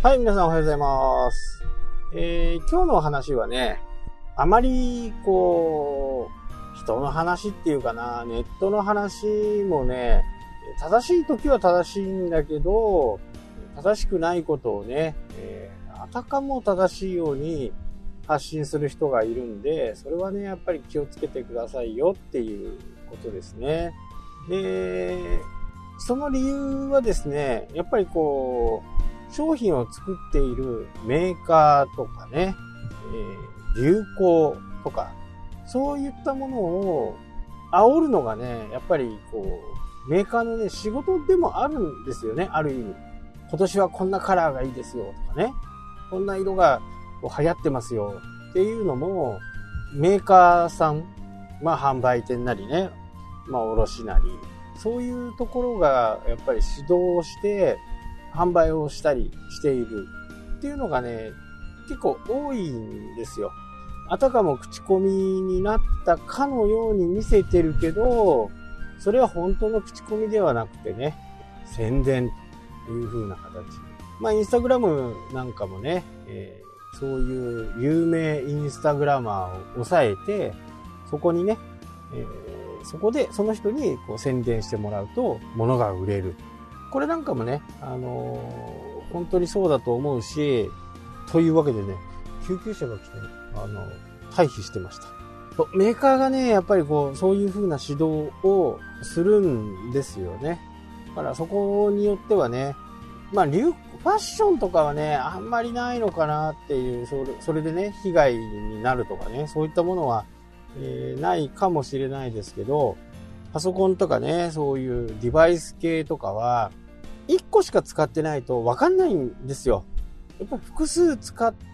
はい、皆さんおはようございます。今日の話はね、あまり人の話っていうかな、ネットの話もね、正しい時は正しいんだけど、正しくないことをね、あたかも正しいように発信する人がいるんで、それはね、やっぱり気をつけてくださいよっていうことですね。で、その理由はですね、やっぱり商品を作っているメーカーとかね、流行とか、そういったものを煽るのがね、やっぱりメーカーのね、仕事でもあるんですよね、ある意味。今年はこんなカラーがいいですよとかね、こんな色が流行ってますよっていうのも、メーカーさん、販売店なりね、卸なり、そういうところがやっぱり主導して販売をしたりしているっていうのがね、結構多いんですよ。あたかも口コミになったかのように見せてるけど、それは本当の口コミではなくてね、宣伝という風な形。インスタグラムなんかもね、そういう有名インスタグラマーを抑えて、そこにね、そこでその人に宣伝してもらうと物が売れる。これなんかもね、本当にそうだと思うし、というわけでね、救急車が来て、退避してました。メーカーがね、やっぱりそういう風な指導をするんですよね。だからそこによってはね、ファッションとかはね、あんまりないのかなっていう、それでね、被害になるとかね、そういったものは、ないかもしれないですけど、パソコンとかね、そういうデバイス系とかは、1個しか使ってないと分かんないんですよ。やっぱり複数使って、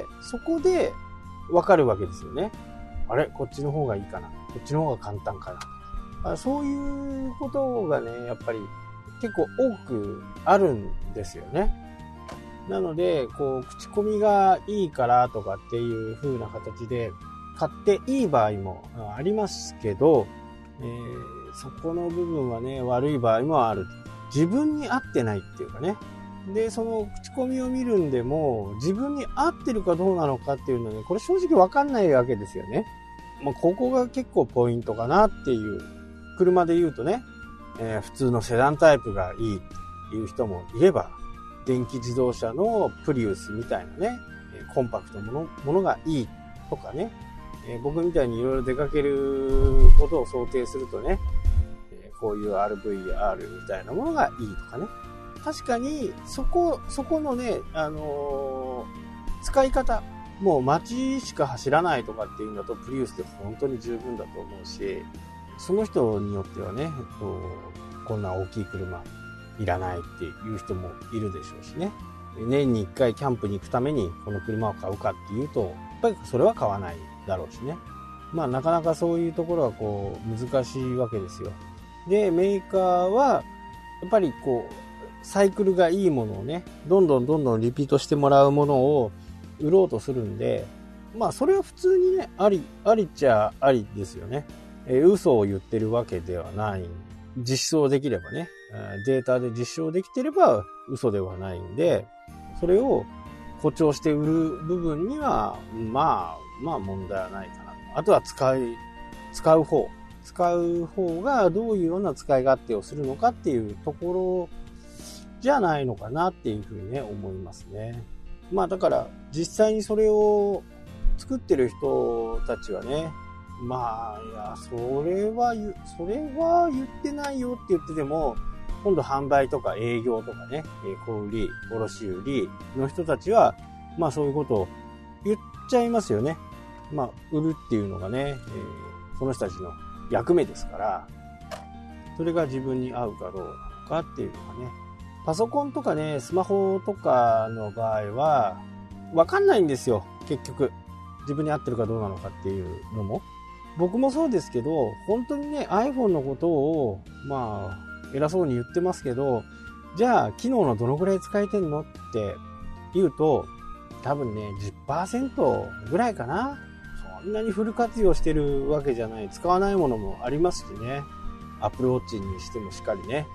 そこで分かるわけですよね。あれこっちの方がいいかな、こっちの方が簡単かな。そういうことがね、やっぱり結構多くあるんですよね。なので、口コミがいいからとかっていう風な形で買っていい場合もありますけど、そこの部分はね、悪い場合もある。自分に合ってないっていうかね。で、その口コミを見るんでも、自分に合ってるかどうなのかっていうのはね、これ正直わかんないわけですよね。ここが結構ポイントかなっていう。車で言うとね、普通のセダンタイプがいいっていう人もいれば、電気自動車のプリウスみたいなね、コンパクトものがいいとかね、僕みたいにいろいろ出かけることを想定するとね、こういう RVR みたいなものがいいとかね。確かに、そこのね、使い方、もう街しか走らないとかっていうんだと、プリウスで本当に十分だと思うし、その人によってはね、こんな大きい車いらないっていう人もいるでしょうしね。年に1回キャンプに行くためにこの車を買うかっていうと、やっぱりそれは買わないだろうしね。なかなかそういうところは難しいわけですよ。で、メーカーは、やっぱりサイクルがいいものをね、どんどんリピートしてもらうものを売ろうとするんで、それは普通にね、ありっちゃありですよね。嘘を言ってるわけではない。実証できればね、データで実証できてれば嘘ではないんで、それを誇張して売る部分には、問題はないかな。あとは使う方がどういうような使い勝手をするのかっていうところじゃないのかなっていうふうにね、思いますね。だから実際にそれを作ってる人たちはね、それは言ってないよって言ってても、今度販売とか営業とかね、小売り、卸売りの人たちは、そういうことを言っちゃいますよね。売るっていうのがね、その人たちの役目ですから、それが自分に合うかどうなのかっていうのがね、パソコンとかね、スマホとかの場合は、わかんないんですよ、結局。自分に合ってるかどうなのかっていうのも。僕もそうですけど、本当にね、iPhone のことを、偉そうに言ってますけど、じゃあ、機能のどのぐらい使えてんのって言うと、多分ね、10% ぐらいかな。そんなにフル活用してるわけじゃない。使わないものもありますしね。Apple Watch にしてもしっかりね。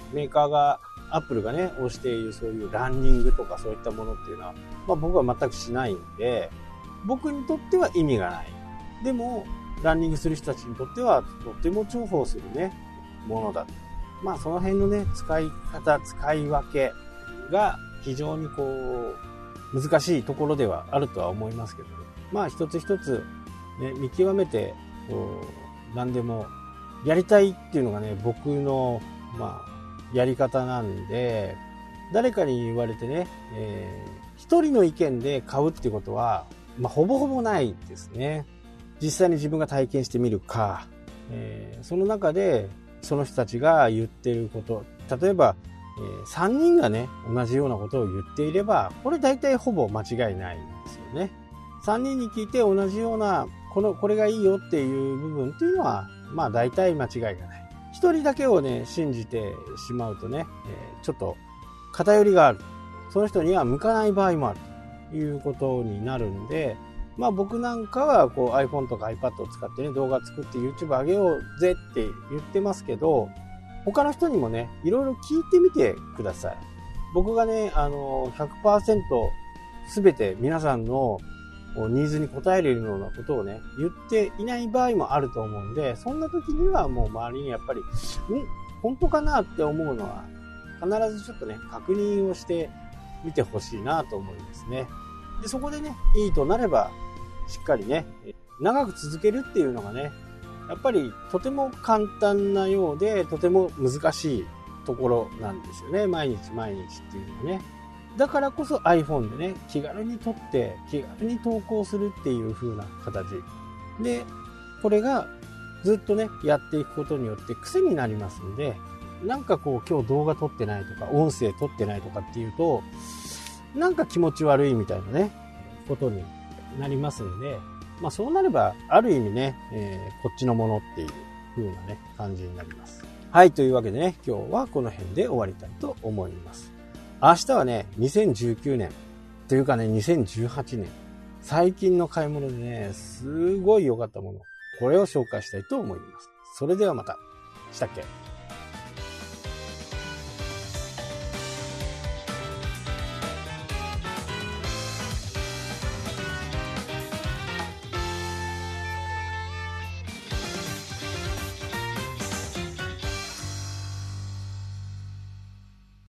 メーカーが、アップルがね、推しているそういうランニングとかそういったものっていうのは、僕は全くしないんで、僕にとっては意味がない。でも、ランニングする人たちにとっては、とても重宝するね、ものだ。その辺のね、使い方、使い分けが非常に難しいところではあるとは思いますけどね。一つ一つ、ね、見極めて、何でもやりたいっていうのがね、僕の、やり方なんで、誰かに言われてね、一人の意見で買うっていうことは、ほぼほぼないですね。実際に自分が体験してみるか、その中でその人たちが言ってること、例えば、3人がね、同じようなことを言っていれば、これ大体ほぼ間違いないんですよね。3人に聞いて同じような、これがいいよっていう部分っていうのは、大体間違いがない。一人だけをね、信じてしまうとね、ちょっと偏りがある。その人には向かない場合もあるということになるんで、僕なんかはiPhone とか iPad を使ってね、動画作って YouTube 上げようぜって言ってますけど、他の人にもね、いろいろ聞いてみてください。僕がね、100% 全て皆さんのニーズに応えれるようなことをね、言っていない場合もあると思うんで、そんな時にはもう周りにやっぱり、本当かなって思うのは、必ずちょっとね、確認をしてみてほしいなと思いますね。で、そこでね、いいとなれば、しっかりね、長く続けるっていうのがね、やっぱりとても簡単なようで、とても難しいところなんですよね。毎日毎日っていうのはね。だからこそ iPhone でね、気軽に撮って気軽に投稿するっていう風な形で、これがずっとね、やっていくことによって癖になりますんで、なんか今日動画撮ってないとか、音声撮ってないとかっていうと、なんか気持ち悪いみたいなね、ことになりますんで、そうなれば、ある意味ね、こっちのものっていう風なね、感じになります。はい、というわけでね、今日はこの辺で終わりたいと思います。明日はね、2019年というかね、2018年、最近の買い物でね、すごい良かったもの、これを紹介したいと思います。それではまた。したっけ？